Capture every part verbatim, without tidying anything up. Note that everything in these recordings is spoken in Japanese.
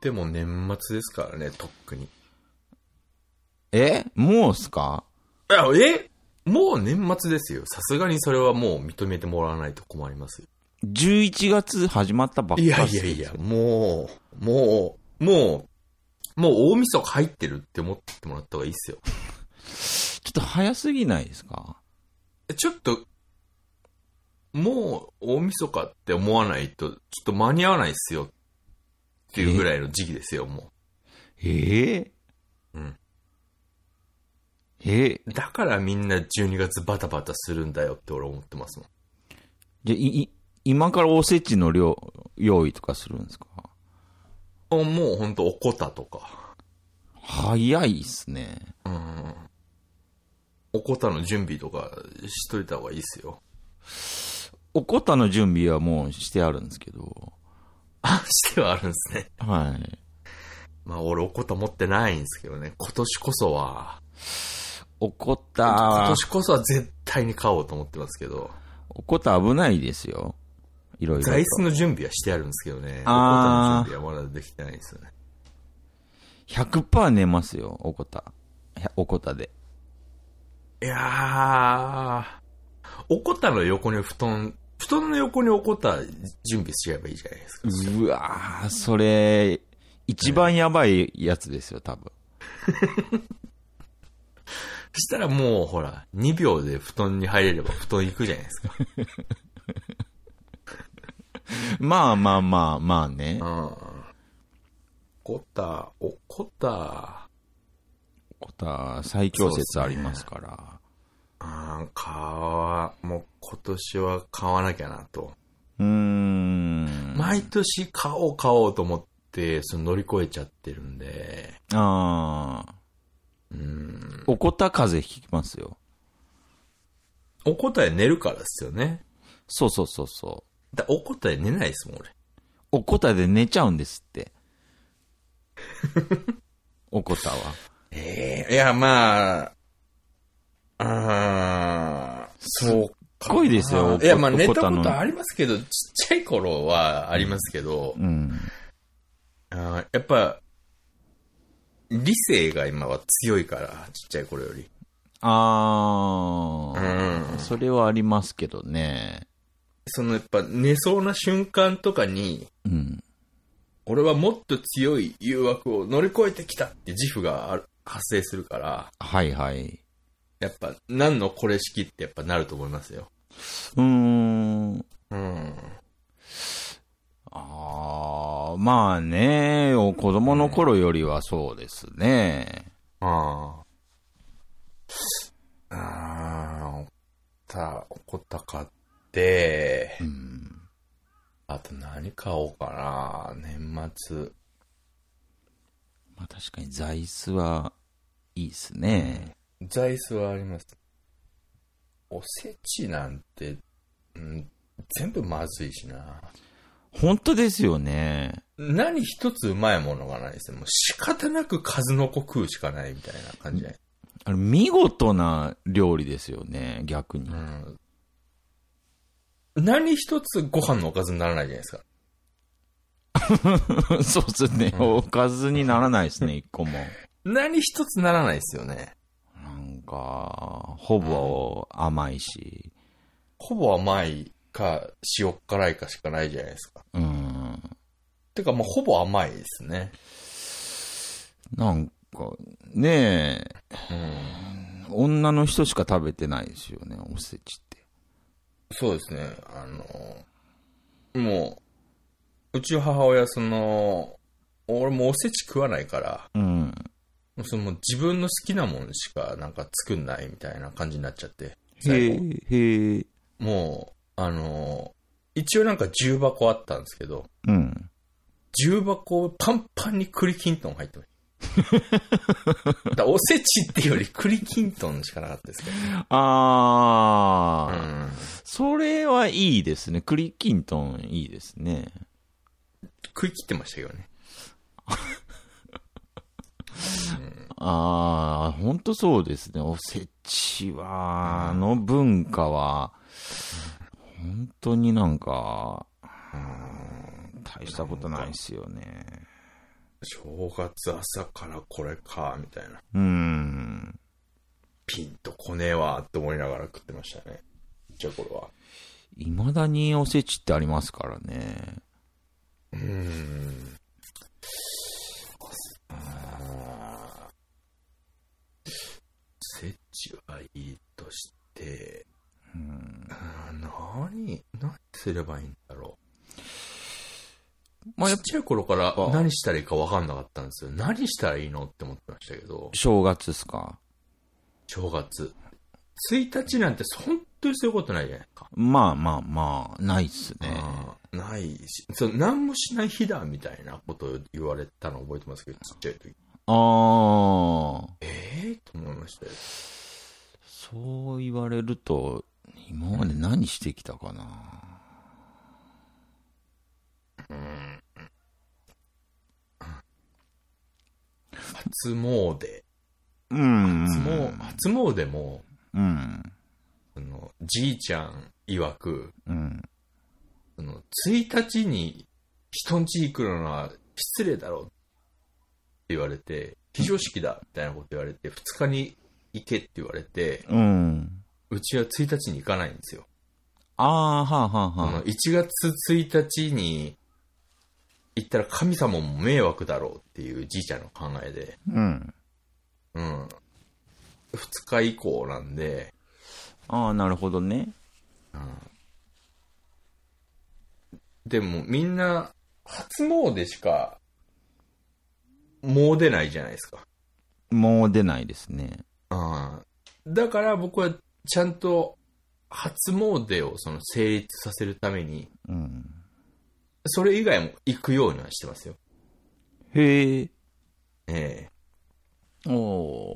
っても年末ですからね、とっくに。 えもうっすか？ いや、えもう年末ですよ。さすがにそれはもう認めてもらわないと困りますよ。 じゅういちがつ始まったばっかりいやいやいや、もう、もう、もう、もう大晦日入ってるって思ってもらった方がいいっすよ。 ちょっと早すぎないですか？ ちょっと、もう大晦日って思わないと、ちょっと間に合わないっすよっていうぐらいの時期ですよ、もう。ええー、うん。 ええだからみんなじゅうにがつバタバタするんだよって俺思ってますもん。 じゃ、い、い、今からおせちの量、用意とかするんですか？ もうほんとおこたとか。 早いっすね。 うん。おこたの準備とかしといた方がいいっすよ。 おこたの準備はもうしてあるんですけど。 あ、してはあるんですね。 はい。 まあ俺おこた持ってないんですけどね。今年こそは。 おこた、 今年こそは絶対に買おうと思ってますけど。 おこた危ないですよ。いろいろと。 座椅子の準備はしてあるんですけどね。 あーおこたの準備はまだできてないですよね。 ひゃくパーセント 寝ますよ、おこた。おこたで。 いやー、おこたの横に布団、布団の横におこた準備しちゃえばいいじゃないですか。 うわー、それ、一番やばいやつですよ、多分。 そしたらもう、ほら、にびょうで布団に入れれば布団行くじゃないですか。 まあまあまあまあね。 うん。おこた、おこた。 おこた、最強説ありますから。 ああ、買わ、もう今年は買わなきゃなと。 うーん。 毎年買おう買おうと思って、その乗り越えちゃってるんで。 ああ。 うん。 おこた風邪ひきますよ。 おこたで寝るからですよね。 そうそうそうそう。 だおこたで寝ないですもん、俺。 おこたで寝ちゃうんですって。おこたは。 ええー、いや、まあ、ああ、そうか。 すっごいですよ。 いや、まあ寝たことありますけど、ちっちゃい頃はありますけど、 うん。 あやっぱ、理性が今は強いから、ちっちゃい頃より。 ああ、 うん。それはありますけどね。 そのやっぱ寝そうな瞬間とかに、 うん。 俺はもっと強い誘惑を乗り越えてきたって自負がある発生するから、 はいはい。 やっぱ何のこれ式ってやっぱなると思いますよ。 うーん。 うん。 ああ、まあね、子供の頃よりはそうですね。 ああ。ああ、おった、おこた買って、 うん、 あと何買おうかな、年末。 まあ確かに座椅子はいいですね。 うん、座椅子はあります。おせちなんて、うん、全部まずいしな。 本当ですよね。 何一つうまいものがないですよ。もう仕方なく数の子食うしかないみたいな感じで。 あれ見事な料理ですよね、逆に。 うん、何一つご飯のおかずにならないじゃないですか。そうですね、うん。おかずにならないですね、一個も。 何一つならないですよね。 なんか、ほぼ甘いし。 ほぼ甘いか塩辛いかしかないじゃないですか。 うん。 てかもうほぼ甘いですね。 なんか、ねえ、うん、女の人しか食べてないですよね、おせちって。 そうですね。あの、もう、うちの母親、その、俺もおせち食わないから、 うん。 その自分の好きなもんしかなんか作んないみたいな感じになっちゃって。 へえ、へえ。 もう、あの、一応なんか重箱あったんですけど、 うん。 重箱パンパンに栗きんとん入ってました。だおせちっていうより栗きんとんしかなかったですけど、ね。 ああ、 うん、 それはいいですね。栗きんとんいいですね。 食い切ってましたけどね。 うん、ああ、ほんとそうですね。おせちは、あの文化は、本当になんか、うん、大したことないですよね。 正月朝からこれか、みたいな。 うーん。 ピンとこねえわって思いながら食ってましたね。じゃあこれは。 未だにおせちってありますからね。 うーん。あおせちはいいとして、 うん、 何、何すればいいんだろう。 まあ、 ちっちゃい頃から何したらいいか分かんなかったんですよ。何したらいいのって思ってましたけど。 正月ですか？ 正月。ついたちなんて本当にそういうことないじゃないですか。 まあまあまあ、ないっすね。 ないし、そう、何もしない日だみたいなことを言われたの覚えてますけど、ちっちゃい時。 ああ。 ええー、と思いましたよ。 そう言われると、今まで何してきたかな。 うん。初詣。 うん。 初詣、初詣も、 うん。 あの、じいちゃん曰く、 うん。 その、ついたちに人ん家行くのは失礼だろうって言われて、非常識だみたいなこと言われて、ふつかに行けって言われて、 うん。 うちはついたちに行かないんですよ。 ああ、はあはあはあ。 あの、いちがつついたちに行ったら神様も迷惑だろうっていうじいちゃんの考えで、 うん。 うん。ふつか以降なんで、 ああ、なるほどね。 うん、でもみんな初詣しかもう出ないじゃないですか。 もう出ないですね。 あだから僕はちゃんと初詣をその成立させるために、 うん、 それ以外も行くようにはしてますよ。 へえ。 ええ。おー。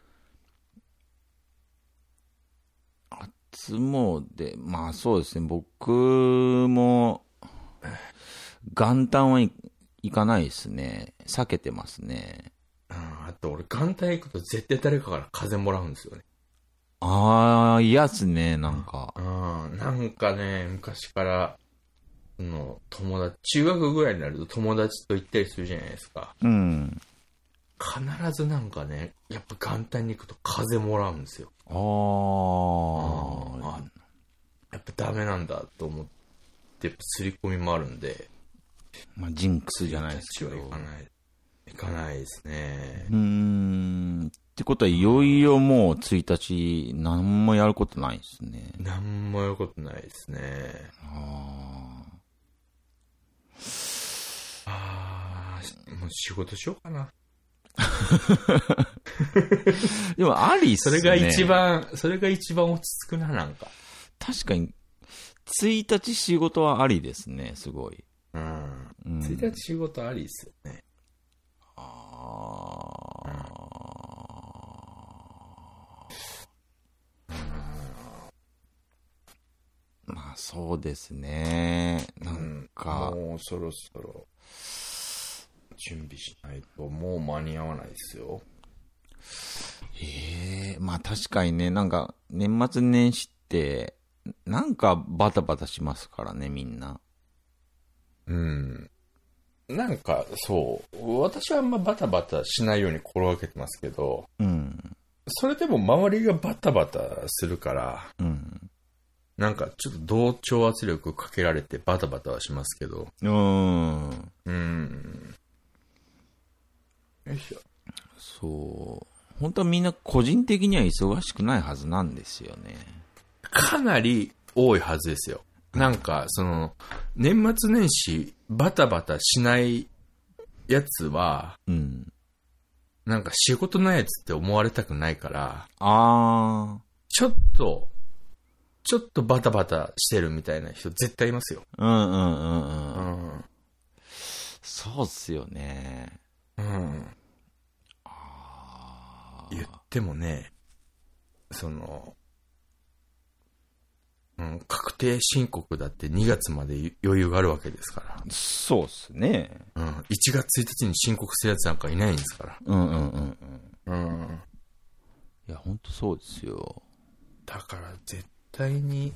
初詣、まあそうですね。僕も元旦は行かないですね。避けてますね。 あ, あと俺元旦行くと絶対誰かから風もらうんですよね。 ああ、嫌っすね、なんか。 あなんかね、昔からの友達、中学ぐらいになると友達と行ったりするじゃないですか。 うん。 必ずなんかね、やっぱ元旦に行くと風もらうんですよ。 ああ。やっぱダメなんだと思って、やっぱ刷り込みもあるんで。 まあジンクスじゃないですけど。 行かない。行かないですね。 うーん。ってことはいよいよもうついたち何もやることないですね。 何もやることないですね。 ああ。ああ、もう仕事しようかな。 でもありっすね。 それが一番、それが一番落ち着くな、なんか。 確かに、ついたち仕事はありですね、すごい。 うん。 うん、 ついたち仕事ありっすよね。 ああ、うん。まあそうですね。なんか、 うん、もうそろそろ準備しないともう間に合わないですよ。 ええー、まあ確かにね、なんか年末年始ってなんかバタバタしますからね、みんな。 うん。なんかそう私はあんまバタバタしないように心がけてますけど、 うん、 それでも周りがバタバタするから、 うん、 なんかちょっと同調圧力かけられてバタバタはしますけど、 うーん、 うん、よいしょ。 そう、本当はみんな個人的には忙しくないはずなんですよね。 かなり多いはずですよ。なんかその年末年始バタバタしないやつは、 うん、 なんか仕事ないやつって思われたくないから、 ああ、 ちょっとちょっとバタバタしてるみたいな人絶対いますよ。 うんうんうんうん、 うん、 そうっすよね。 うん。 あ、 言ってもね、その、うん、確定申告だってにがつまで余裕があるわけですから。 そうっすね。 うん、いちがつついたちに申告するやつなんかいないんですから。 うんうんうんうん。 うん。 いや、ほんとそうですよ。 だから絶対に、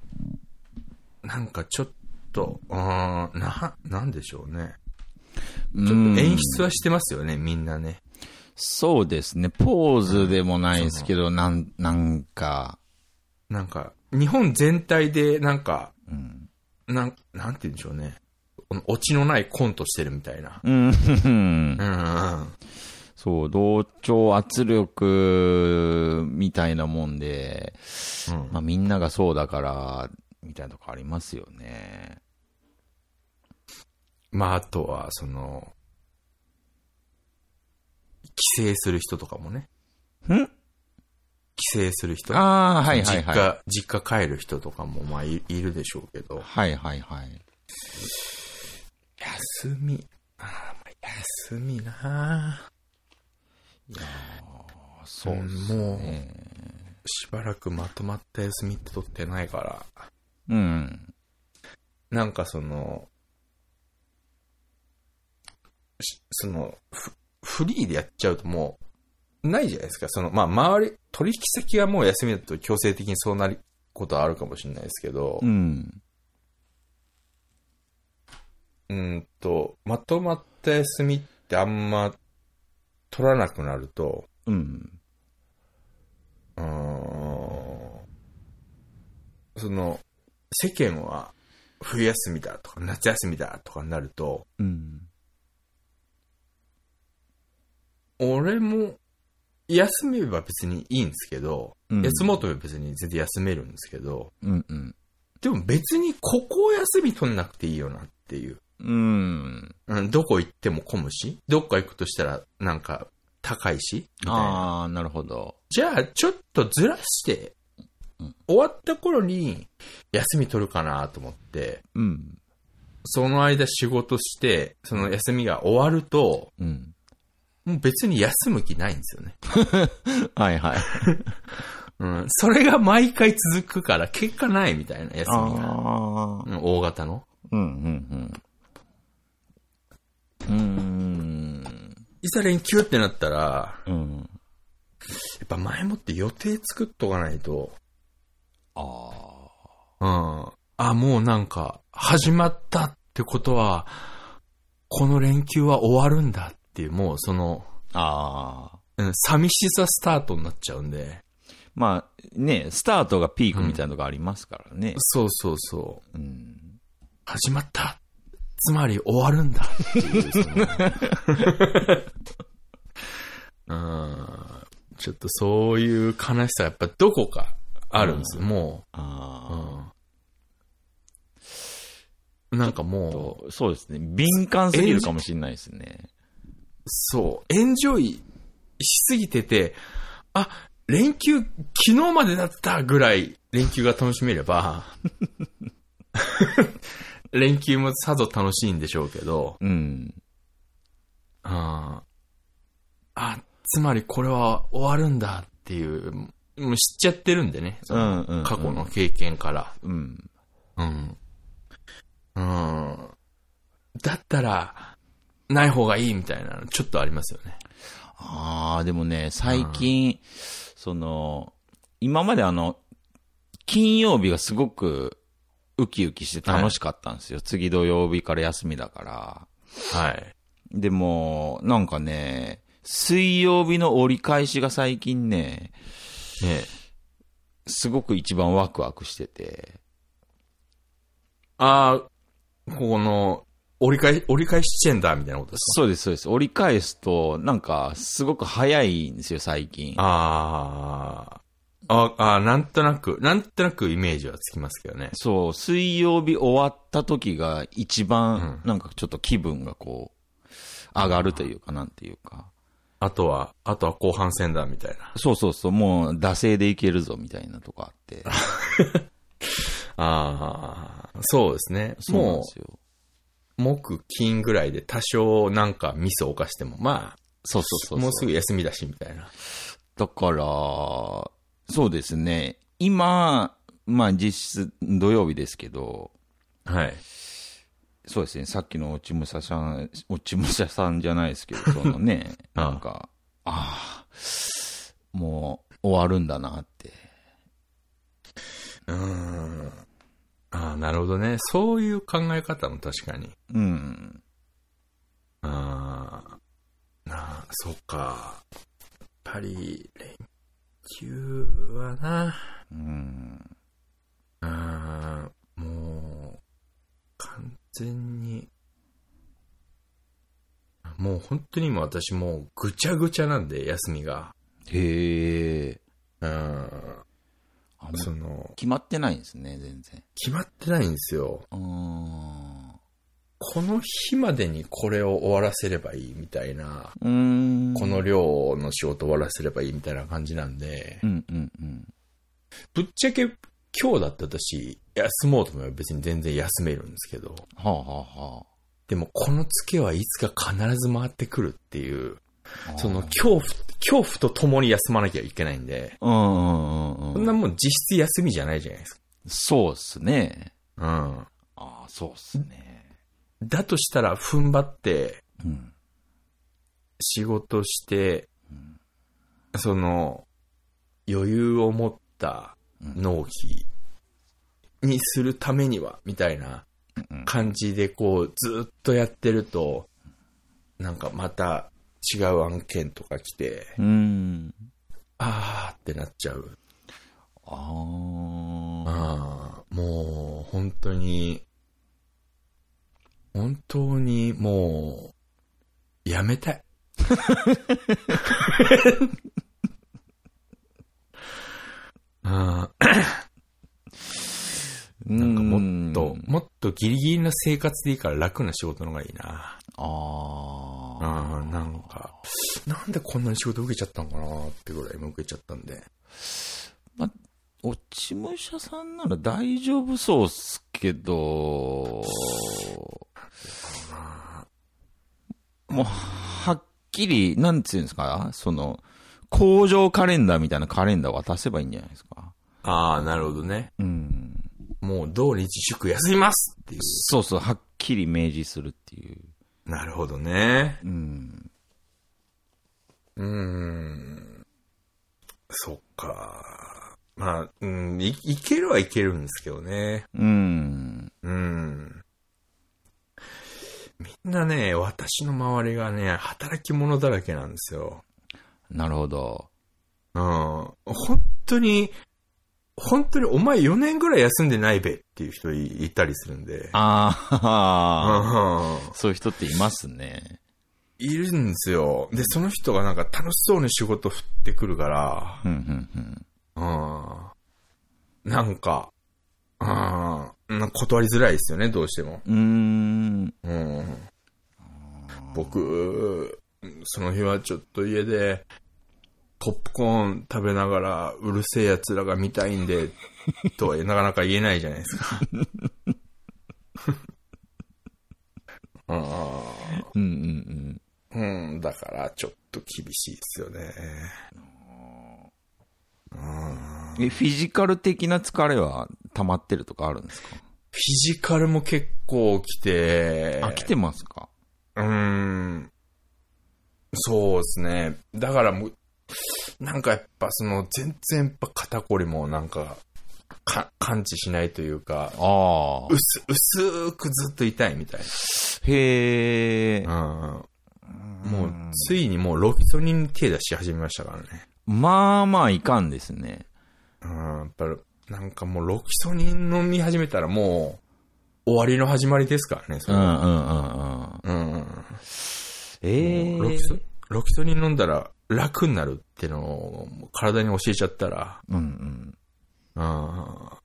なんかちょっと、うん、な、なんでしょうね。 ちょっと演出はしてますよね、みんなね。 そうですね。ポーズでもないですけど、なん、なんか。 なんか、日本全体でなんか、 うん、 なん、なんて言うんでしょうね。オチのないコントしてるみたいな。 うん。 うんうん、 そう、同調圧力みたいなもんで、うん、まあみんながそうだから、みたいなとこありますよね。 まああとは、その、帰省する人とかもね。 ん帰省する人。 ああ、はいはいはい。 実家、実家帰る人とかもまあ い, いるでしょうけど。 はいはいはい。 休み。ああ、休みなぁ。 いやそうですね。もう、 しばらくまとまった休みって取ってないから。 うん。 なんかその、その、フリーでやっちゃうともう、ないじゃないですか。その、まあ、周り、取引先がもう休みだと強制的にそうなることはあるかもしれないですけど、 うん。 うんと、まとまった休みってあんま取らなくなると、 うん。 うーん、その、世間は冬休みだとか夏休みだとかになると、 うん。 俺も休めば別にいいんですけど、うん、休もうとめば別に全然休めるんですけど、 うんうん、 でも別にここを休み取んなくていいよなっていう。 うん。 うん、どこ行っても混むし、どっか行くとしたらなんか高いし、みたいな。 ああ、なるほど。 じゃあちょっとずらして、うん、終わった頃に休み取るかなと思って、 うん、 その間仕事して、その休みが終わると、 うん、 もう別に休む気ないんですよね。 はいはい。 うん、それが毎回続くから結果ないみたいな休みが。 あー大型の。 うんうんうん。うーん。 いざ連休ってなったら、 うん、やっぱ前もって予定作っとかないと。 ああ。うん。あ、もうなんか始まったってことは、この連休は終わるんだっていう、もうその、 ああ。 うん、寂しさスタートになっちゃうんで。 まあね、スタートがピークみたいなのがありますからね。 うん、そうそうそう。 うん、 始まった。つまり終わるんだっていうその、うん。ちょっとそういう悲しさがやっぱどこかあるんですよ、うん、もう。 あうん、なんかもう。そうですね。敏感すぎるかもしれないですね。 そう。エンジョイしすぎてて、あ、連休昨日までだったぐらい連休が楽しめれば、連休もさぞ楽しいんでしょうけど、 うん。 ああ、つまりこれは終わるんだっていう、もう知っちゃってるんでね、その過去の経験から。 うん。 うん。うん。だったら、ない方がいいみたいなのちょっとありますよね。 ああ、でもね、最近、その、今まであの、金曜日がすごくウキウキして楽しかったんですよ。はい、次土曜日から休みだから。 はい。 でも、なんかね、水曜日の折り返しが最近ね、 ねすごく一番ワクワクしてて。 ああ、ここの、折り返し、折り返し地点だみたいなことですか？ そうです、そうです。折り返すと、なんか、すごく早いんですよ、最近。 ああ。ああ、なんとなく、なんとなくイメージはつきますけどね。 そう、水曜日終わった時が一番、なんかちょっと気分がこう、上がるというか、なんていうか。 あとは、あとは後半戦だみたいな。 そうそうそう、もう、惰性でいけるぞみたいなとこあって。 ああ、そうですね。 そうなんですよ。 木、金ぐらいで多少なんかミスを犯しても、まあ、 そうそうそうそう。 もうすぐ休みだし、みたいな。 だから、そうですね。今、まあ実質土曜日ですけど、 はい。 そうですね。さっきの落ち武者さん、落ち武者さんじゃないですけど、そのね、なんか、ああ、もう終わるんだなって。 うーん。ああ、なるほどね。そういう考え方も確かに。 うん。 あー、なあ、そっか。やっぱり、連休はな、 うん。 あー、もう、完全に、もう本当に今私もうぐちゃぐちゃなんで、休みが。 へえ。 うん。 あ、もうその、 決まってないんですね、全然。 決まってないんですよ。 うーん。 この日までにこれを終わらせればいいみたいな、 うーん。 この量の仕事終わらせればいいみたいな感じなんで、 うんうんうん。 ぶっちゃけ今日だった私、休もうと思えば別に全然休めるんですけど、 はあはあはあ。 でもこのツケはいつか必ず回ってくるっていう、 あーその恐怖、恐怖と共に休まなきゃいけないんで、 うんうんうんうん。 そんなもん実質休みじゃないじゃないですか。 そうっすね。 うん。 ああ、そうっすね。 だとしたら踏ん張ってうん。 仕事して、 うんその余裕を持った納期にするためにはみたいな感じでこうずっとやってると、なんかまた違う案件とか来て、 うん。 あーってなっちゃう。 ああ。 あー、もう本当に本当にもうやめたい。あー、なんかもっともっとギリギリの生活でいいから楽な仕事の方がいいな。 ああ。 あー、なんかなんでこんなに仕事受けちゃったのかなってぐらいも受けちゃったんで。 ま、落ち武者さんなら大丈夫そうっすけど、もう、はっきり、なんつうんですか、その、工場カレンダーみたいなカレンダー渡せばいいんじゃないですか。 あー、なるほどね。 うん。 もう土日祝休みますっていう。 そうそう、はっきり明示するっていう。 なるほどね。 うん。 うーん。そっか。まあ、うん、い、いけるはいけるんですけどね。 うん。 うん。みんなね、私の周りがね、働き者だらけなんですよ。 なるほど。 うん。本当に、本当にお前よねんぐらい休んでないべっていう人 い, いたりするんで。 ああ、 うん。 そういう人っていますね。 いるんですよ。で、その人がなんか楽しそうに仕事振ってくるから、 うんうんうんうん。なんか、うん、なんか断りづらいですよね、どうしても。 うーん。 うん。僕、その日はちょっと家で、ポップコーン食べながらうるせえ奴らが見たいんで、とはなかなか言えないじゃないですか。あうんうんうん、うん、だからちょっと厳しいですよね。 うん。え、フィジカル的な疲れは溜まってるとかあるんですか？ フィジカルも結構来て、 あ、来てますか？ うーん、そうですね。だからもう、なんかやっぱその全然やっぱ肩こりもなんかか感知しないというか、 ああ。 薄薄くずっと痛いみたいへえ。 な。うん、もうついにもうロキソニンに手出し始めましたからね。 まあまあいかんですね。 うん、やっぱりなんかもうロキソニン飲み始めたらもう終わりの始まりですからね。それはうんうんうんうん。 うん。 ええー。 ロキソロキソニン飲んだら楽になるっていうのを体に教えちゃったら、 うんうん。 あ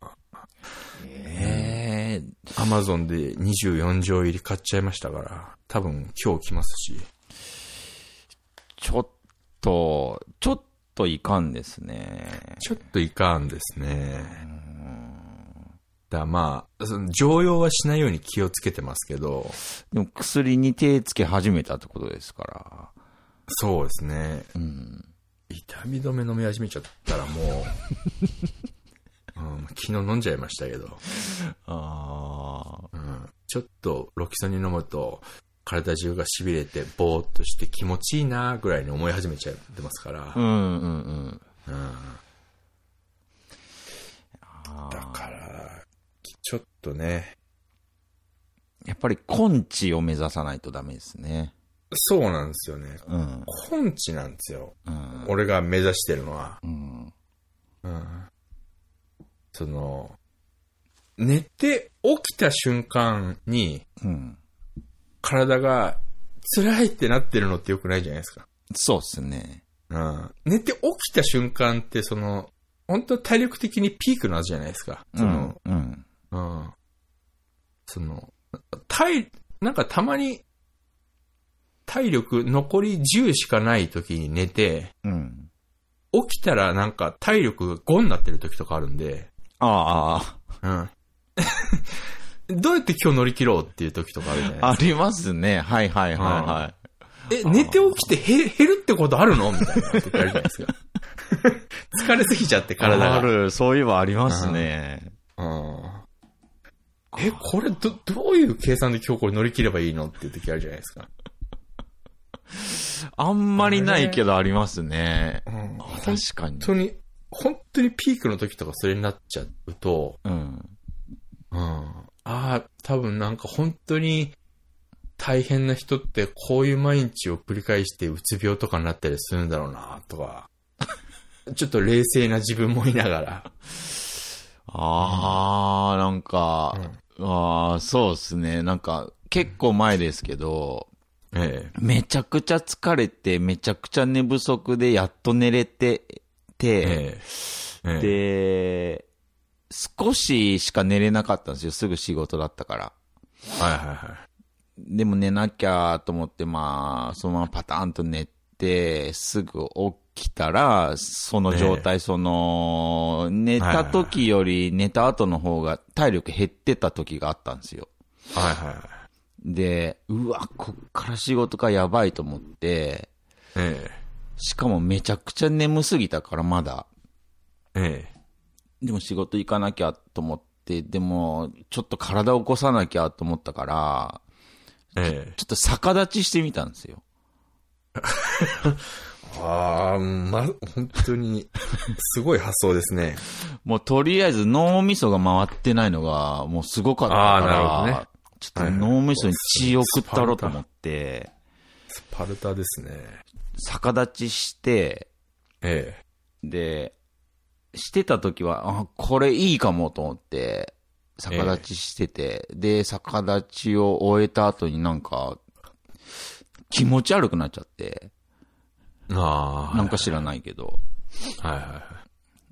ええー、アマゾンでにじゅうよん錠入り買っちゃいましたから、多分今日来ますし。 ちょっと、ちょっといかんですね。 ちょっといかんですね。だまあ、その常用はしないように気をつけてますけど。 でも薬に手つけ始めたってことですから。 そうですね。 うん、 痛み止め飲み始めちゃったらもう、うん、昨日飲んじゃいましたけど。 あうん、ちょっとロキソニン飲むと体中が痺れてボーっとして気持ちいいなぐらいに思い始めちゃってますから。 うんうんうん。 うん、だからちょっとね。 やっぱり根治を目指さないとダメですね。 そうなんですよね。 うん。 根治なんですよ。 うん。 俺が目指してるのは。 うん。 うん。その、寝て起きた瞬間に、 うん。 体が辛いってなってるのって良くないじゃないですか。 そうっすね。 うん。寝て起きた瞬間って、その、本当体力的にピークのはずじゃないですか。その、 うん。 うん。うん、その、体、なんかたまに、体力残りじゅうしかない時に寝て、 うん、 起きたらなんか体力がごになってる時とかあるんで。 ああ。うん。どうやって今日乗り切ろうっていう時とかあるじゃないですか。 ありますね。はいはいはいはい。 え、寝て起きてへ減るってことあるのみたいな時あるじゃないですか。疲れすぎちゃって体が。 ある、そういえばありますね。 うん。え、これど、どういう計算で今日これ乗り切ればいいのっていう時あるじゃないですか。 あんまりないけどありますね。 うん、 確かに。 本当に、本当にピークの時とかそれになっちゃうと、 うん。 うん。ああ、多分なんか本当に大変な人ってこういう毎日を繰り返してうつ病とかになったりするんだろうなとか、ちょっと冷静な自分もいながら。 ああ、うん、なんか、うん、ああ、そうですね。なんか結構前ですけど、ええ、めちゃくちゃ疲れて、めちゃくちゃ寝不足でやっと寝れてて、えええ、で、少ししか寝れなかったんですよ。すぐ仕事だったから。 はいはいはい。 でも寝なきゃと思って、まあ、そのままパターンと寝て、すぐ起きたら、その状態、ええ、その、寝た時より寝た後の方が体力減ってた時があったんですよ。 はいはいはい。 で、うわ、こっから仕事がやばいと思って、ええ、しかもめちゃくちゃ眠すぎたからまだ。ええ、でも仕事行かなきゃと思って、でもちょっと体を起こさなきゃと思ったから、ええ、ちょっと逆立ちしてみたんですよ。 ああ、ま、本当に、すごい発想ですね。 もうとりあえず脳みそが回ってないのがもうすごかったから、あ、なるほどね。ちょっと脳みそに血を送ったろうと思って、 スパルタですね。 逆立ちして、ええ、で、してた時は、あ、これいいかもと思って、逆立ちしてて、ええ、で、逆立ちを終えた後になんか、気持ち悪くなっちゃって、ああ、なんか知らないけど、はいはいはい。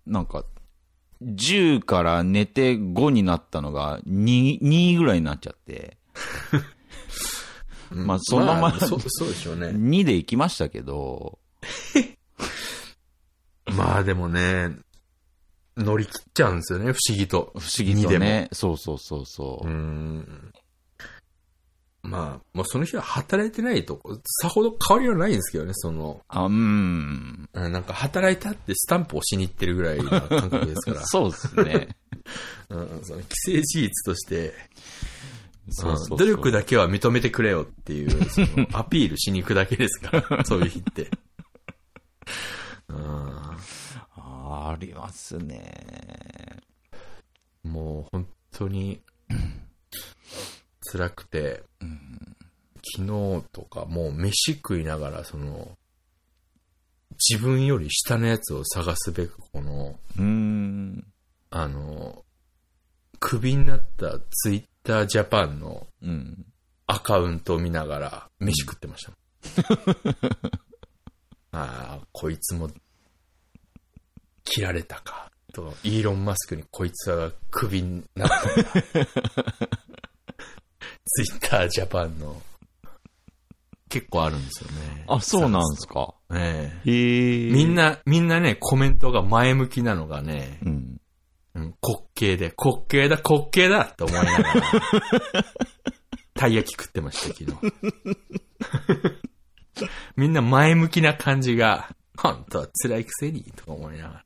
なんか、じゅうから寝てごになったのがに、にぐらいになっちゃって。まあ、そのまま、まあ、 そ、そうでしょうね。 にで行きましたけど。 まあでもね、乗り切っちゃうんですよね、不思議と。 不思議とね。そうそうそうそう。うーん。 まあ、もうその日は働いてないと、さほど変わりはないんですけどね、その。 あ、うん。 なんか働いたってスタンプをしに行ってるぐらいの感覚ですから。 そうですね。 うん、その既成事実として、そうそうそう、努力だけは認めてくれよっていう、そのアピールしに行くだけですから、そういう日って。うん、 あ, ありますね。 もう本当に辛くて、うん、昨日とかもう飯食いながらその自分より下のやつを探すべくこの、うーん、あのクビになったツイッタージャパンのアカウントを見ながら飯食ってました。うん、ああ、こいつも切られたかと、イーロン・マスクにこいつはクビになったんだ。ツイッタージャパンの結構あるんですよね。 あ、そうなんですか。 ええ、へえ。みんな、みんなね、コメントが前向きなのがね、うん、うん、滑稽で、滑稽だ、滑稽だって思いながら、たい焼き食ってましたけど。みんな前向きな感じが、本当は辛いくせに、とか思いながら。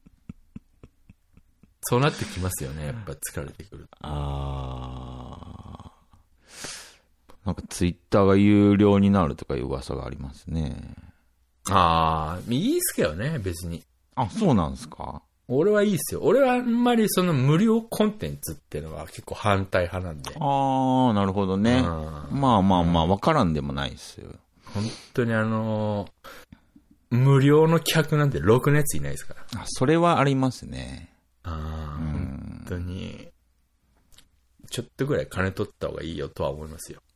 そうなってきますよね、やっぱ疲れてくる。 ああ。なんかツイッターが有料になるとかいう噂がありますね。 ああ、いいっすけどね、別に。 あ、そうなんですか。 俺はいいっすよ。俺はあんまりその無料コンテンツっていうのは結構反対派なんで。 ああ、なるほどね。まあまあまあ、わからんでもないっすよ。 本当にあのー、無料の客なんてろくなやついないですから。 あ、それはありますね。 ああ、うん、本当に、ちょっとぐらい金取った方がいいよとは思いますよ。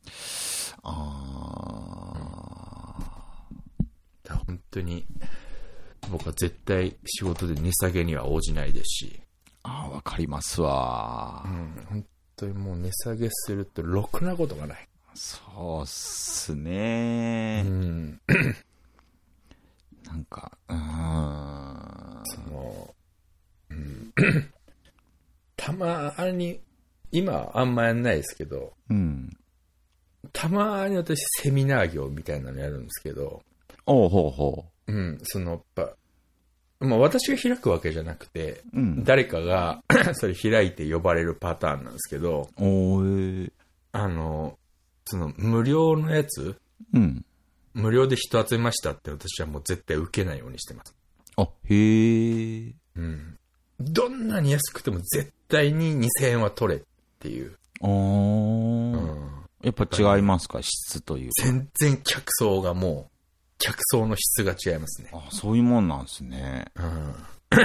ああ、 うん、本当に、僕は絶対仕事で値下げには応じないですし。 ああ、わかりますわ。 うん、本当にもう値下げするとろくなことがない。 そうっすね。 うん。 なんか、うーん。 その、うん、たまに、今はあんまやんないですけど、 うん、 たまに私セミナー業みたいなのやるんですけど、 おうほうほう。うん、そのやっぱ、まあ私が開くわけじゃなくて、 うん、 誰かがそれ開いて呼ばれるパターンなんですけど、 おー、 あの、その無料のやつ、 うん、 無料で人集めましたって私はもう絶対受けないようにしてます。 あ、へー。 うん。どんなに安くても絶対ににせんえんは取れっていう。 あー、うん。やっぱ違いますか、質というか。 全然客層がもう、客層の質が違いますね。 あ、そういうもんなんですね。 うん。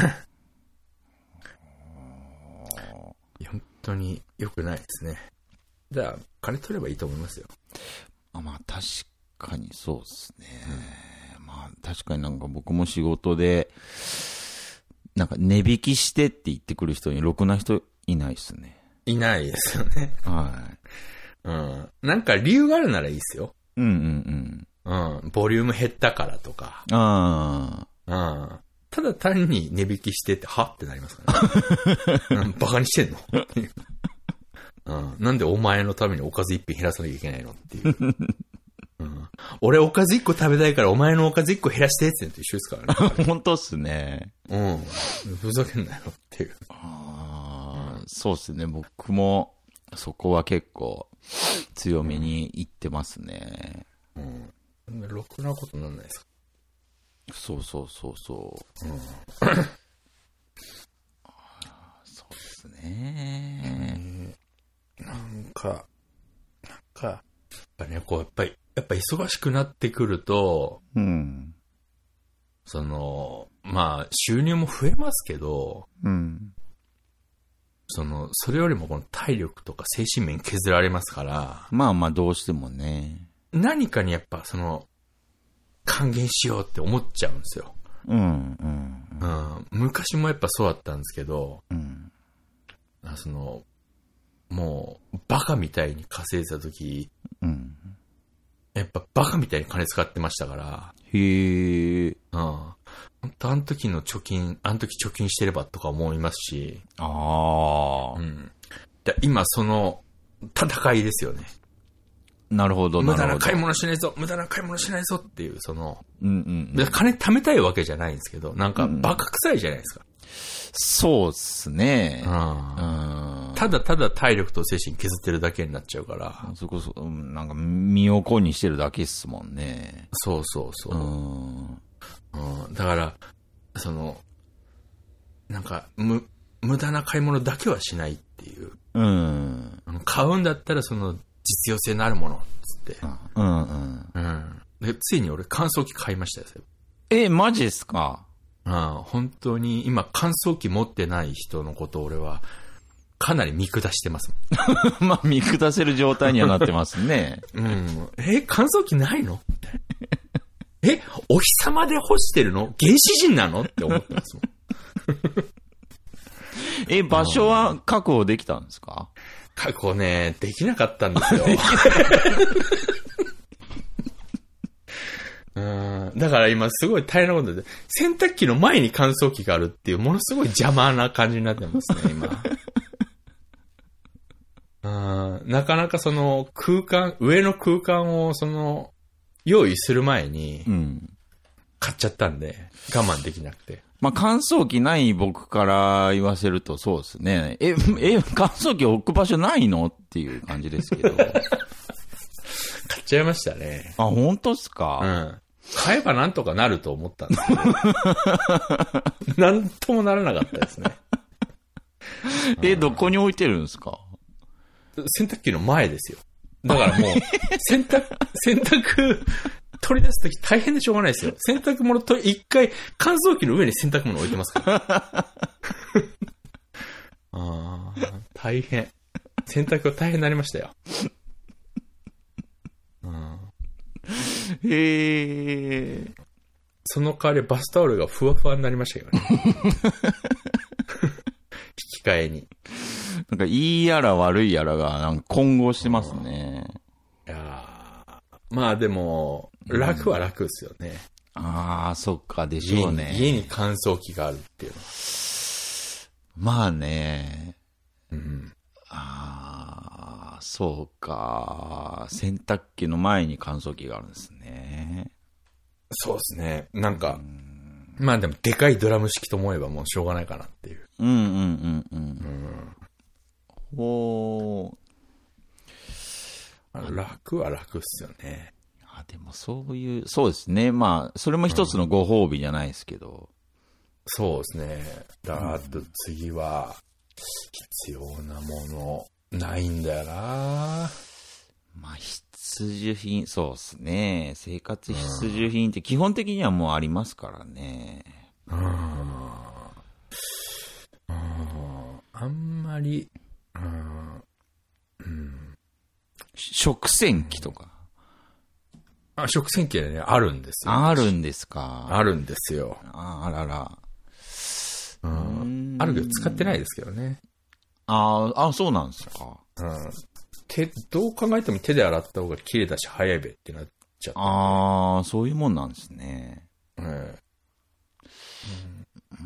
本当に良くないですね。じゃあ、金取ればいいと思いますよ。 あ、まあ確かにそうですね。うん、まあ確かになんか僕も仕事で、なんか値引きしてって言ってくる人にろくな人いないですね。 いないですよね。 はい。 うん。なんか理由があるならいいですよ。 うんうんうん。うん。ボリューム減ったからとか。 ああ。うん。ただ単に値引きしてってはってなりますからね。うん、バカにしてんのっていう。うん。なんでお前のためにおかず一品減らさなきゃいけないのっていう。うん、俺おかず一個食べたいからお前のおかず一個減らしてって言うのと一緒ですからね。本当っすね。 うん。ふざけんなよっていう。 ああ、そうっすね。僕もそこは結構強めに言ってますね。 うん。うん、ろくなことなんないですか。 そうそうそうそう。うん、そうですね、 うん。なんか、なんか、やっぱね、こう、やっぱり、やっぱ忙しくなってくると、 うん。 その、まあ、収入も増えますけど、 うん。 その、それよりもこの体力とか精神面削られますから。 まあまあ、どうしてもね。 何かにやっぱ、その、還元しようって思っちゃうんですよ。 うん、うん、 うん。昔もやっぱそうだったんですけど、 うん。 その、もう、バカみたいに稼いでた時、 うん。 やっぱバカみたいに金使ってましたから。 へー。 うん。本当あの時の貯金、あの時貯金してればとか思いますし。 ああ。 うん。で今その戦いですよね。 なるほど、 無駄な買い物しないぞ、無駄な買い物しないぞっていう、その、 うんうん、 うん。金貯めたいわけじゃないんですけど、なんかバカ臭いじゃないですか。 うん、そうっすね。 うん。ただただ体力と精神削ってるだけになっちゃうから。 そこそ、なんか身を粉にしてるだけっすもんね。 そうそうそう。うん。うん、だから、その、なんか、む、無駄な買い物だけはしないっていう。 うん。 買うんだったらその実用性のあるものつって。 うんうん。 うん。で、ついに俺乾燥機買いましたよ。 え、マジっすか？ うん。本当に今乾燥機持ってない人のことを俺はかなり見下してます。 まあ見下せる状態にはなってますね。 うん。え、乾燥機ないの？え、お日様で干してるの？原始人なの？って思ってますもん。 え、場所は確保できたんですか？ 確保ね、できなかったんですよ。うん、だから今すごい大変なことで、洗濯機の前に乾燥機があるっていうものすごい邪魔な感じになってますね、今。うん、なかなかその空間、上の空間をその用意する前に買っちゃったんで、我慢できなくて。 まあ、乾燥機ない僕から言わせるとそうですね。え、え、乾燥機置く場所ないのっていう感じですけど。買っちゃいましたね。 あ、本当っすか？ うん。買えばなんとかなると思ったんですけど。なんともならなかったですね。 え、どこに置いてるんですか？ 洗濯機の前ですよ。だからもう、洗濯、洗濯取り出すとき大変でしょうがないですよ。洗濯物と一回乾燥機の上に洗濯物置いてますから。ああ、大変。洗濯が大変になりましたよ。うん、 へえ。 その代わりバスタオルがふわふわになりましたよね。引き換えに。 なんかいいやら悪いやらがなんか混合してますね。 いやまあでも楽は楽ですよね。 うん、ああ、そっかでしょうね。 家に、家に乾燥機があるっていうのは。 まあね。 うん、 ああ、そうか。洗濯機の前に乾燥機があるんですね。 そうですね。なんか、うん、まあでもでかいドラム式と思えばもうしょうがないかなっていう。 うんうんうんうん。うんお楽は楽っすよね。 あ、でもそういう、そうですね。まあ、それも一つのご褒美じゃないですけど。うん、 そうですね。だから、あと次は、必要なもの、ないんだよな。 まあ、必需品、そうですね。生活必需品って基本的にはもうありますからね。 うん。うん。あんまり、うんうん、 食洗機とか。 あ、食洗機はね、あるんですよ。 あるんですか。 あるんですよ。 ああらら。 うん。あるけど使ってないですけどね。 ああ、そうなんですか。 うん。手、どう考えても手で洗った方が綺麗だし早いべってなっちゃった。 ああ、そういうもんなんですね。 うん。うん。うん、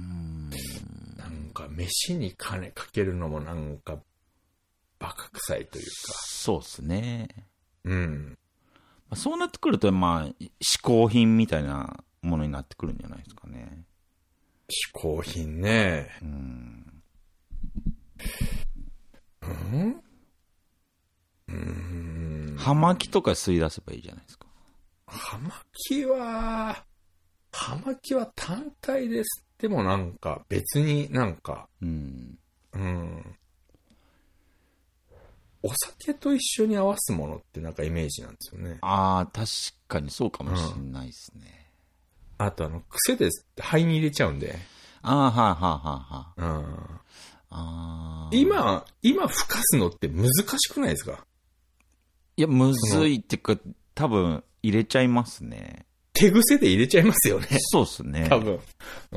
なんか飯に金かけるのもなんか、バカ臭いというか。 そうですね。 うん。 そうなってくると、まあ、嗜好品みたいなものになってくるんじゃないですかね。 嗜好品ね。 うん。 うんうーん。 葉巻とか吸い出せばいいじゃないですか。 葉巻は、葉巻は単体です。でもなんか別になんか、 うん。 うん。お酒と一緒に合わすものってなんかイメージなんですよね。 ああ、確かにそうかもしれないですね。 うん、あとあの、癖で肺に入れちゃうんで。 ああ、はいはいはいはい。 うん。 あ今、今吹かすのって難しくないですか？ いや、むずいってか、多分入れちゃいますね。 手癖で入れちゃいますよね。 そうっすね。 多分。うん。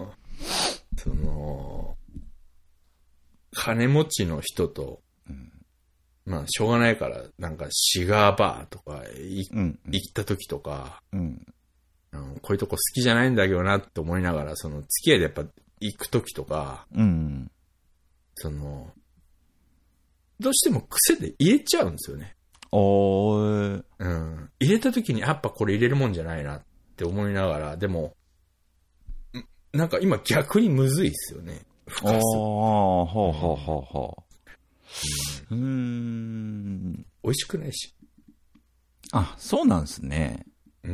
その、金持ちの人と、うん、まあ、しょうがないから、なんか、シガーバーとか、いうん、行った時とか、うんうん、こういうとこ好きじゃないんだけどなって思いながら、その、付き合いでやっぱ行く時とか、うん、その、どうしても癖で入れちゃうんですよね。 おー。 うん。入れた時に、やっぱこれ入れるもんじゃないなって思いながら、でも、なんか今逆にむずいっすよね。 ああ、ほうほうほうほう。うーん。 美味しくないし。 あ、そうなんですね。 うん。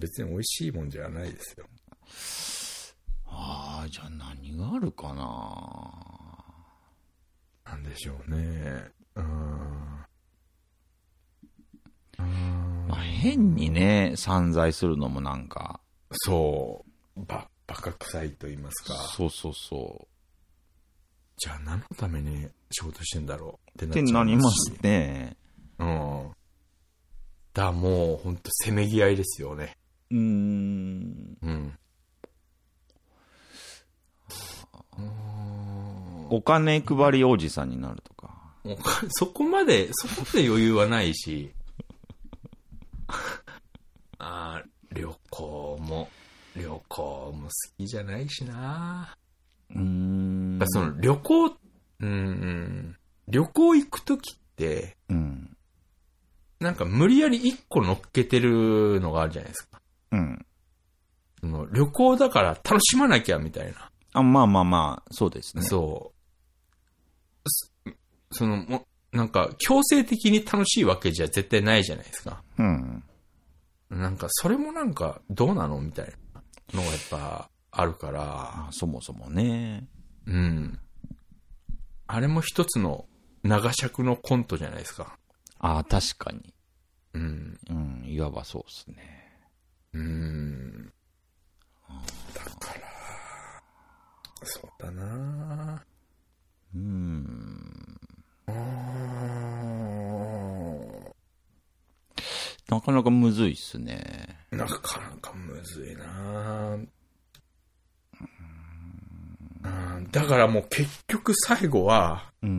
別に美味しいもんじゃないですよ。 ああ、じゃあ何があるかな。 なんでしょうね。うーん。 まあ、変にね、散財するのもなんか。 そう。ば、バカ臭いと言いますか。 そうそうそう。 じゃあ何のために仕事してんだろうってなりますね。 うん。だ、もうほんとせめぎ合いですよね。 うーん。うん。お金配りおじさんになるとか。 そこまで、そこまで余裕はないし。あ、旅行も、旅行も好きじゃないしな。うーん。その旅行、うんうん、旅行行くときって、うん、なんか無理やり一個乗っけてるのがあるじゃないですか。うん。その旅行だから楽しまなきゃみたいな。 あ、まあまあまあ、そうですね。 そう。その、も、なんか強制的に楽しいわけじゃ絶対ないじゃないですか。うん。なんかそれもなんかどうなのみたいなのがやっぱあるから。 まあ、そもそもね。 うん。あれも一つの長尺のコントじゃないですか。 ああ、確かに。 うん。 うん、いわばそうですね。 うーん。だから、そうだなうーん。 うーん。 なかなかむずいっすね。 なかなかむずいなぁ。うんだからもう結局最後は、 うん。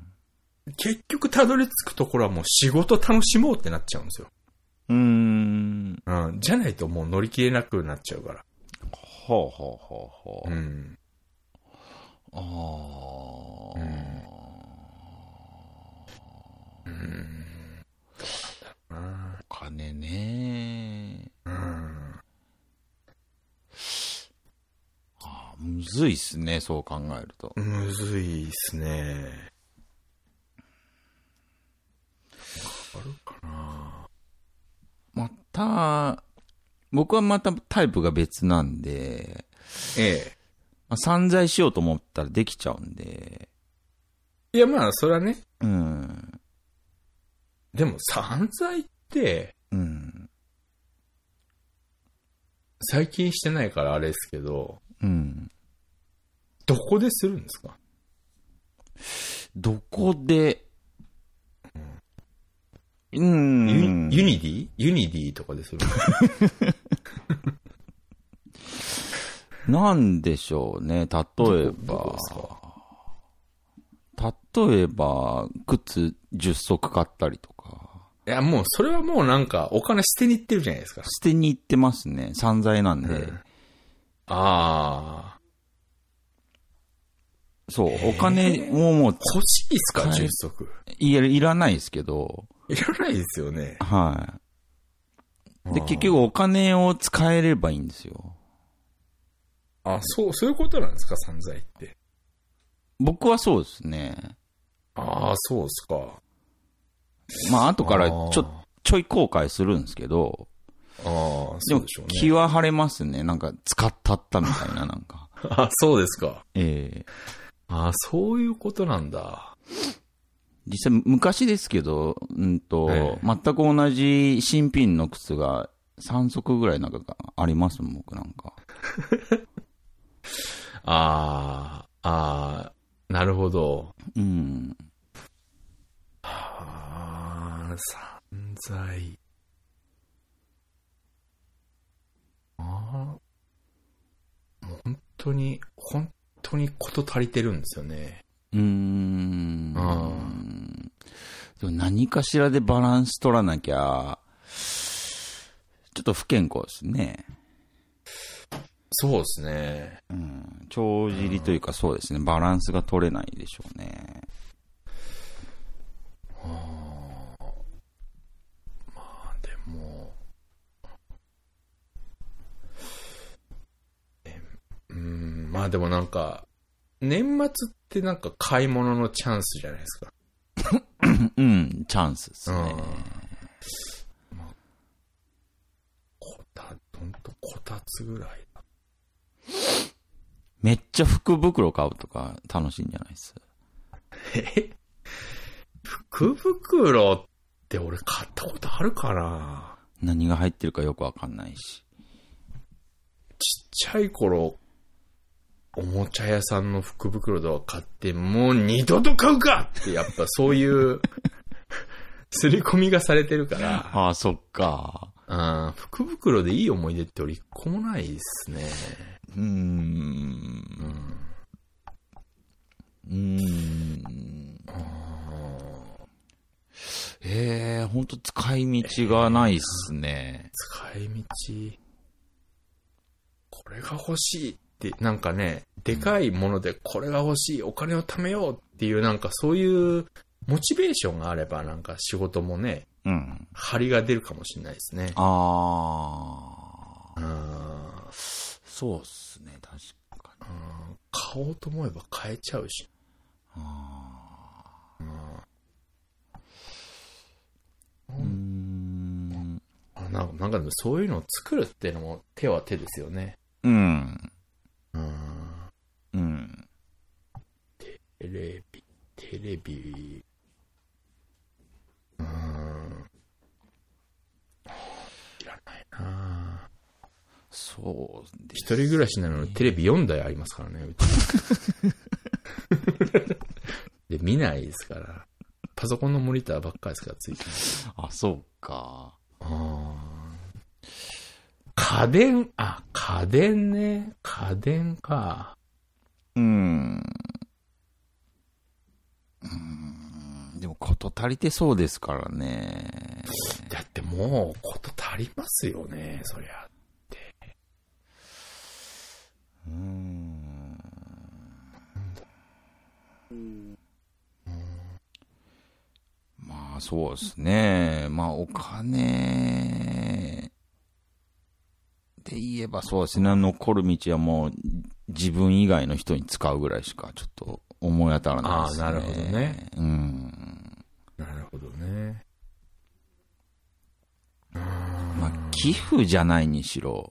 結局たどり着くところはもう仕事楽しもうってなっちゃうんですよ。 うーん。 うん。じゃないともう乗り切れなくなっちゃうから。 ほうほうほうほう。 うん。 ああ。 うん。うん。どうなんだろうな。 お金ね。 うん。 ああ、むずいっすね、そう考えると。 むずいっすね。あるかな。 また、僕はまたタイプが別なんで、 ええ。 まあ、散財しようと思ったらできちゃうんで。 いやまあそれはね。 うん。 でも散財って、 うん。 最近してないからあれですけど、 うん。 どこでするんですか？ どこで、うん。 ユニ、ユニディユニディとかでするなんでしょうね。例えば、例えば、靴じゅっそく買ったりとか。 いや、もう、それはもうなんか、お金捨てに行ってるじゃないですか。 捨てに行ってますね。散財なんで。うん、 ああ。 そう、お金ももう、 欲しいっすか、じゅっそく。 いや、いらないですけど。 いらないですよね。 はい。で、結局お金を使えればいいんですよ。 あ、そう、そういうことなんですか、散財って。 僕はそうですね。 ああ、そうですか。 まあ、後からちょ、ちょい後悔するんですけど。 ああ、そうでしょうね。 気は晴れますね。なんか、使ったったみたいな、なんか。 あ、そうですか。 ええー。 ああ、そういうことなんだ。 実際、昔ですけど、うんと、ええ、全く同じ新品の靴がさんそくぐらいなんかありますもん、僕なんか。 ああ、ああ、なるほど。 うん。 ああ、散財。ああ、もう本当に、本当にこと足りてるんですよね。 うーん。でも何かしらでバランス取らなきゃ、ちょっと不健康ですね。 そうですね。 うん。帳尻というかそうですね。バランスが取れないでしょうね。 はあ、まあでも、えうん、まあでもなんか、年末ってなんか買い物のチャンスじゃないですか。 うん、チャンスですね。 まあ、こた、ほんとこたつぐらいだ。 めっちゃ福袋買うとか楽しいんじゃないです。 え福袋って俺買ったことあるかな？ 何が入ってるかよくわかんないし。 ちっちゃい頃、おもちゃ屋さんの福袋とか買って、もう二度と買うかってやっぱそういう刷り込みがされてるから。 ああ、そっか。 あ福袋でいい思い出って俺一個もないですね。 うーん。うーん。ええー、ほんと使い道がないっすね。 えー、使い道。これが欲しいって、なんかね、でかいものでこれが欲しい、お金を貯めようっていうなんかそういうモチベーションがあればなんか仕事もね、 うん。 張りが出るかもしれないですね。 ああ。そうっすね、確かに。 買おうと思えば買えちゃうし。 あーうーん。 なんか、なんかそういうのを作るっていうのも手は手ですよね。 うん。 うん。 うん。 テレビ、テレビ。うん。いらないなそうです。 一人暮らしなのにテレビよんだいありますからね、うちで、見ないですから。パソコンのモニターばっかりですから、ついてる。 あ、そうか。 あ家電、あ、家電ね。家電か。 うーん。うーん。でも、こと足りてそうですからね。 だってもう、こと足りますよね、そりゃって。 うーん。まあ、そうですね。まあ、お金で言えばそうですね。残る道はもう自分以外の人に使うぐらいしかちょっと思い当たらないですね。 ああ、なるほどね。 うん。 なるほどね。 まあ、寄付じゃないにしろ。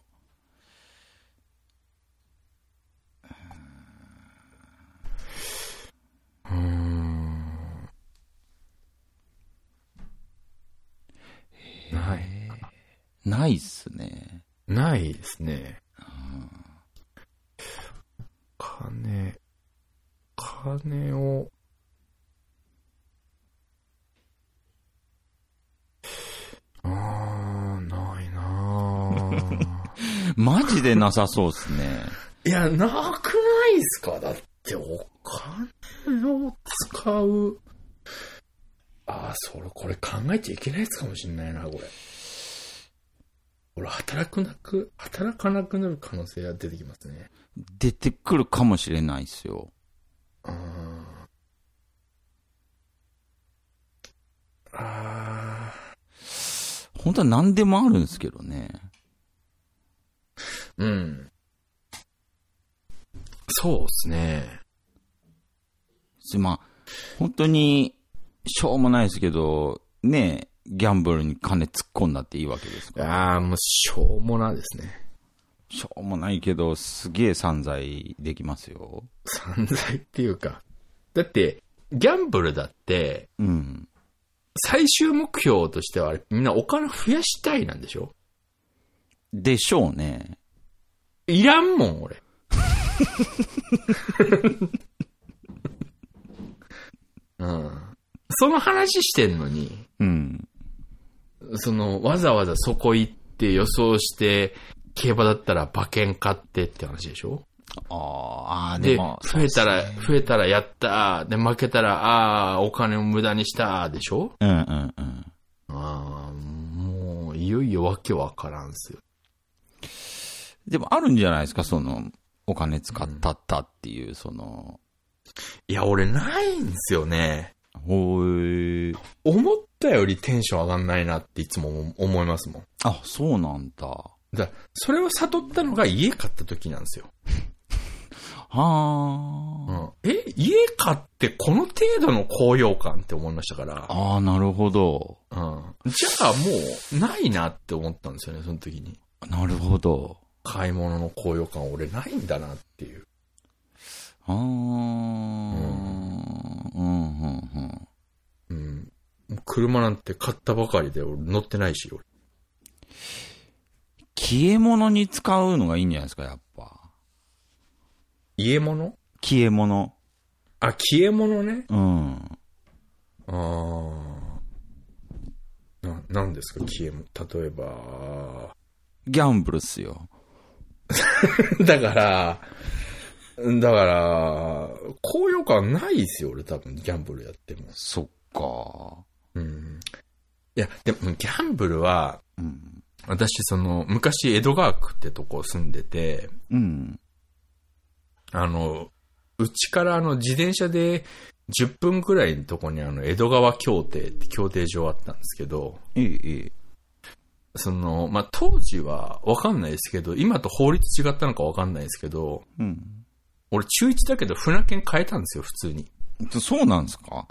うーん。ない。 ないっすね。 ないですね。金、金を、あー、ないなー。 マジでなさそうっすね。 いや、なくないっすか？だってお金を使う。ああ、それ、これ考えちゃいけないやつかもしんないな、これ。俺、働くなく、働かなくなる可能性が出てきますね。 出てくるかもしれないっすよ。 ああ。ああ。 本当は何でもあるんですけどね。 うん。そうですね。 まあ、本当に、しょうもないですけど、ねえ、ギャンブルに金突っ込んだっていいわけですから。 ああ、もうしょうもなですね。 しょうもないけど、すげえ散財できますよ。 散財っていうか。だって、ギャンブルだって、 うん。 最終目標としてはあれ、みんなお金増やしたいなんでしょ？ でしょうね。 いらんもん、俺。うん。その話してんのに、 うん。 その、わざわざそこ行って予想して、競馬だったら馬券買ってって話でしょ？ ああ、 で、 でも、 増えたら、増えたらやったー。で、負けたら、ああ、お金を無駄にしたーでしょ？ うんうんうん。 ああ、もう、いよいよわけわからんすよ。 でもあるんじゃないですか、その、お金使ったったっていう、その。 いや、俺ないんすよね。 ほー。 思ったよりテンション上がんないなっていつも思いますもん。 あ、そうなんだ。 だそれを悟ったのが家買った時なんですよ。 はあ、うん。え、家買ってこの程度の高揚感って思いましたから。 ああ、なるほど。 うん。じゃあもうないなって思ったんですよね、その時に。 なるほど。 買い物の高揚感俺ないんだなっていう。 ああ、うん、うん、うん、 うん。車なんて買ったばかりで俺乗ってないし、俺。 消え物に使うのがいいんじゃないですか、やっぱ。 家物？ 消え物。 あ、消え物ね。 うん。 ああ。な、なんですか、消え物。例えば。 ギャンブルっすよ。 だから、だから、高揚感ないですよ、俺多分、ギャンブルやっても。 そっか。 うん。いや、でも、ギャンブルは、うん、私、その、昔、江戸川区ってとこ住んでて、 うん。 あの、うちからあの、自転車でじゅっぷんくらいのとこにあの、江戸川協定って協定場あったんですけど、 ええ、ええ。 その、まあ、当時はわかんないですけど、今と法律違ったのかわかんないですけど、 うん。 俺中いちだけど船券変えたんですよ、普通に。 そうなんですか？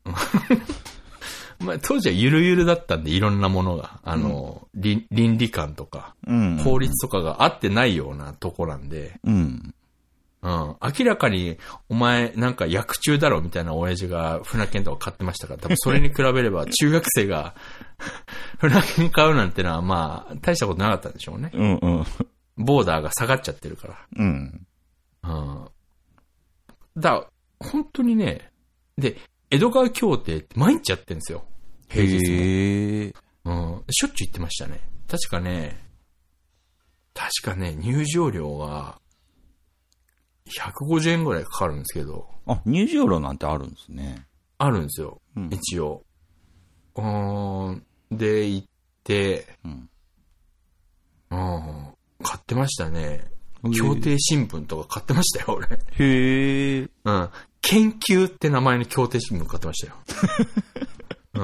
まあ、当時はゆるゆるだったんで、いろんなものが、あの、うん、倫, 倫理観とか、うん、法律とかが合ってないようなとこなんで、 うん。 うん。明らかに、お前、なんか薬中だろみたいな親父が船券とか買ってましたから、多分それに比べれば、中学生が船券買うなんてのは、まあ、大したことなかったんでしょうね。 うんうん。 ボーダーが下がっちゃってるから。 うん。 うん。だ、本当にね、で、江戸川競艇って毎日やってるんですよ。平日も。 へえ。 うん。しょっちゅう行ってましたね。確かね、確かね、入場料がひゃくごじゅうえんぐらいかかるんですけど。 あ、入場料なんてあるんですね。 あるんですよ。 うん、 一応。うーん。で、行って、うん。うん。買ってましたね。競艇新聞とか買ってましたよ、俺。 へえ。 うん。研究って名前の競艇新聞買ってましたよ。うん。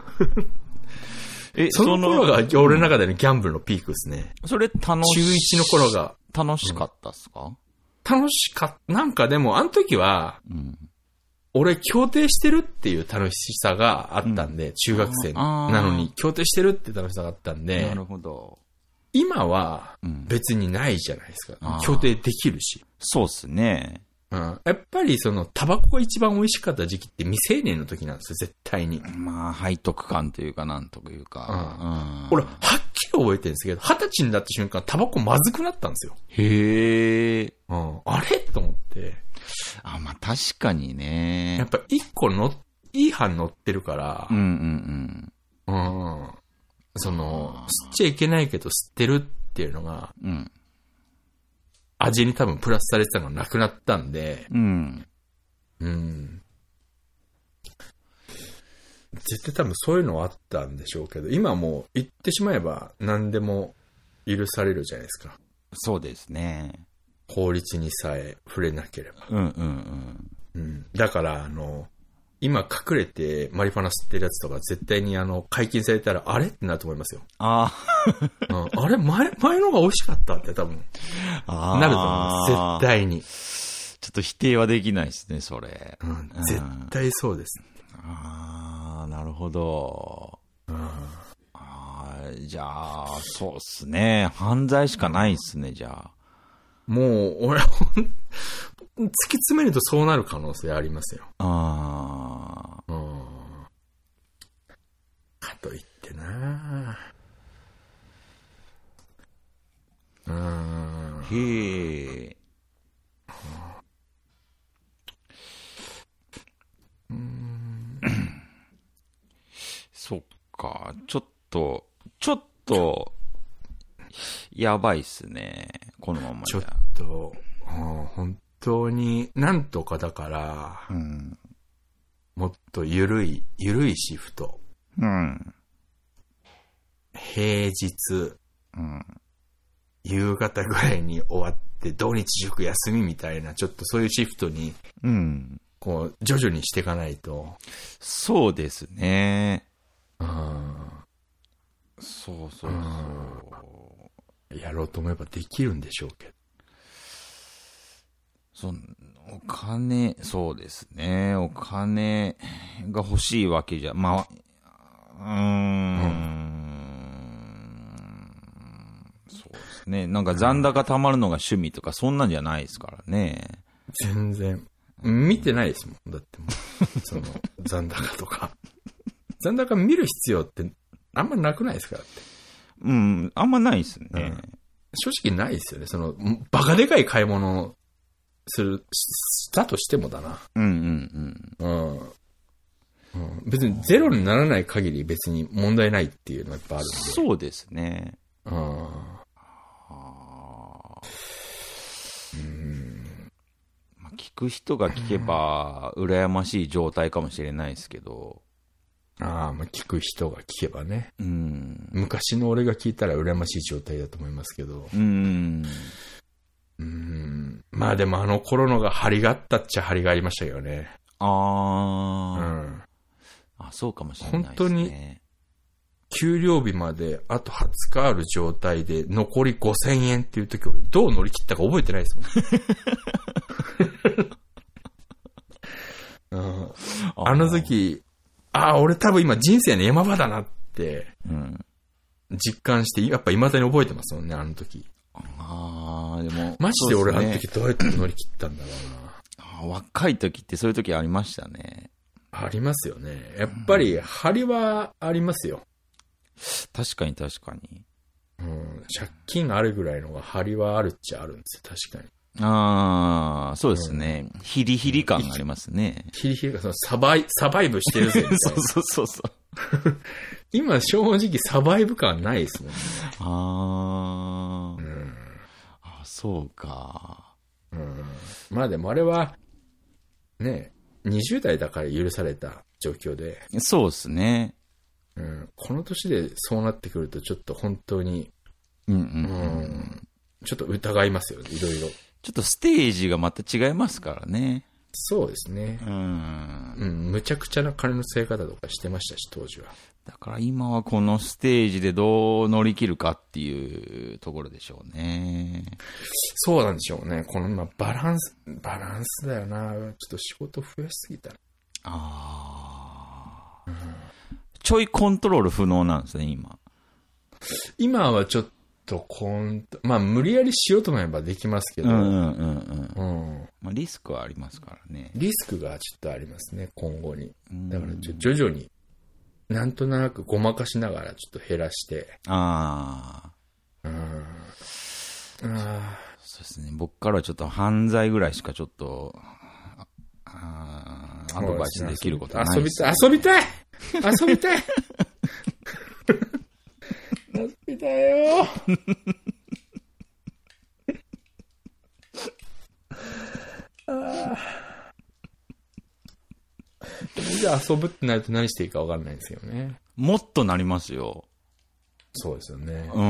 え、その頃が俺の中でのギャンブルのピークですね。 それ楽し、 中いちの頃が。 楽しかったっすか、うん、 楽しかった。なんかでも、あの時は、うん、俺、競艇してるっていう楽しさがあったんで、うん、中学生なのに、競艇してるって楽しさがあったんで、 なるほど。 今は別にないじゃないですか。競艇できるし。 そうっすね。 うん。やっぱりその、タバコが一番美味しかった時期って未成年の時なんですよ、絶対に。 まあ、背徳感というか、なんというか。 うん。うん、俺、はっきり覚えてるんですけど、二十歳になった瞬間、タバコまずくなったんですよ。 へえ。 うん。あれと思って。 あ、まあ確かにね。 やっぱ一個の、いい班乗ってるから。 うんうんうん。うん。その、吸っちゃいけないけど吸ってるっていうのが、うん、味に多分プラスされてたのがなくなったんで、うん。うん。絶対多分そういうのはあったんでしょうけど、今はもう言ってしまえば何でも許されるじゃないですか。 そうですね。 法律にさえ触れなければ。 うんうんうん。 うん。だから、あの、今隠れてマリファナ吸ってるやつとか絶対にあの解禁されたらあれってなると思いますよ。 ああ、うん。あれ前、前のが美味しかったって多分あなると思います。絶対に。 ちょっと否定はできないですね、それ。 うん。絶対そうです。 ああ、なるほど。うん、あじゃあ、そうっすね。犯罪しかないっすね、じゃあ。 もう、俺、突き詰めるとそうなる可能性ありますよ。 ああ。うん。 かといってなぁ。うん。 へえ。うん。そっか。ちょっと、ちょっと、やばいっすね。このままじゃ。 ちょっと、うん、本当になんとかだから、うん、もっとゆるい、ゆるいシフト。うん、平日、うん、夕方ぐらいに終わって土日祝休みみたいな、ちょっとそういうシフトに、うん、こう、徐々にしていかないと。 そうですね。 うん、 そうそうそう。 うん、やろうと思えばできるんでしょうけど。 そのお金、そうですね。お金が欲しいわけじゃ、まあ、うーん、うん、そうですね。なんか残高貯まるのが趣味とかそんなんじゃないですからね。 全然。見てないですもん。だってもう、その残高とか。残高見る必要ってあんまなくないですからって。 うん、あんまないですね、うん。 正直ないですよね。その、バカでかい買い物する、したとしてもだな。 うんうんうん。 うん。うん、別にゼロにならない限り別に問題ないっていうのがやっぱあるんで。 そうですね。 うん。うん。 まあ、聞く人が聞けば、羨ましい状態かもしれないですけど。 ああ、まあ聞く人が聞けばね。 うん。 昔の俺が聞いたら羨ましい状態だと思いますけど。 うん。 うん。まあでもあの頃のが張りがあったっちゃ張りがありましたよね。 ああ。 うん。 あ、そうかもしれないですね。 本当に、給料日まであとはつかある状態で残りごせんえんっていう時俺どう乗り切ったか覚えてないですもん。うん、あの時、ああ、俺多分今人生の山場だなって、実感して、やっぱ未だに覚えてますもんね、あの時。 ああ、でも。 マジで俺あの時どうやって乗り切ったんだろうな。 あ、若い時ってそういう時ありましたね。 ありますよね。やっぱり、張りはありますよ。 確かに確かに。 うん、借金あるぐらいのが張りはあるっちゃあるんですよ、確かに。 ああ、そうですね。うん、ヒリヒリ感がありますね。 ヒリヒリ感、そのサバイ、サバイブしてるぜみたいな。 そうそうそうそう。 今正直サバイブ感ないですもんね。 ああ、 うん。 あ、そうか。 うん。まあでもあれは、ね、にじゅう代だから許された状況で。 そうですね。 うん。この年でそうなってくるとちょっと本当に、 うんうん、うんうんちょっと疑いますよね、いろいろ。 ちょっとステージがまた違いますからね。 そうですね。 うん。 うん、むちゃくちゃな金の使い方とかしてましたし、当時は。 だから今はこのステージでどう乗り切るかっていうところでしょうね。 そうなんでしょうね。この今バランス、バランスだよな。ちょっと仕事増やしすぎた。 ああ、 うん。 ちょいコントロール不能なんですね、今。 今はちょっとコント、まあ無理やりしようと思えばできますけど。 うんうんうんうん。 うん。 まあリスクはありますからね。 リスクがちょっとありますね、今後に。だからちょ徐々に、なんとなくごまかしながらちょっと減らして。 ああ。 うん。あそうですね。僕からはちょっと犯罪ぐらいしかちょっと、あアドバイスできることはないです、ね。 遊びたい遊びたい遊びたい遊びたいよあじゃあ遊ぶってなると何していいか分かんないんですよね。 もっとなりますよ。 そうですよね。 うん。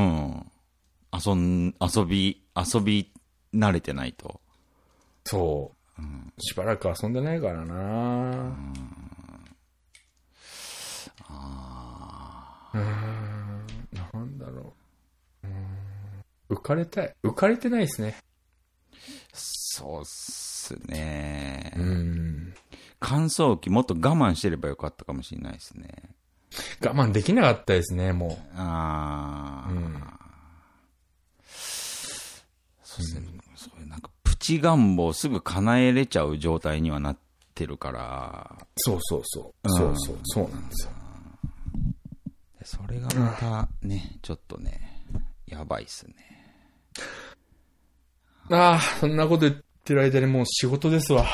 遊ん、遊び、遊び慣れてないと。 そう。うん、しばらく遊んでないからな、うん、あーうんなんだろう、うん、浮かれたい浮かれてないですね。 そうっすね、 うん、 乾燥機もっと我慢してればよかったかもしれないですね。 我慢できなかったですね、もう。 ああ、うん、そうですね、うん、そういうなんかプチ願望すぐ叶えれちゃう状態にはなってるから。 そうそうそう、うん、そうそうそうなんですよ。 それがまたね、うん、ちょっとねやばいっすね。 ああ、そんなこと言ってる間にもう仕事ですわ。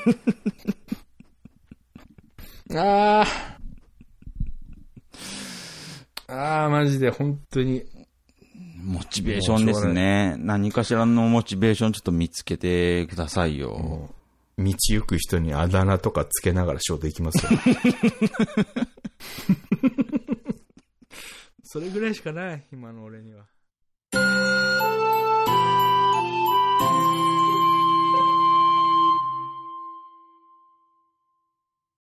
ああ。ああ、マジで本当に。 モチベーションですね。何かしらのモチベーションちょっと見つけてくださいよ。 道行く人にあだ名とかつけながら仕事行きますよ。それぐらいしかない、今の俺には。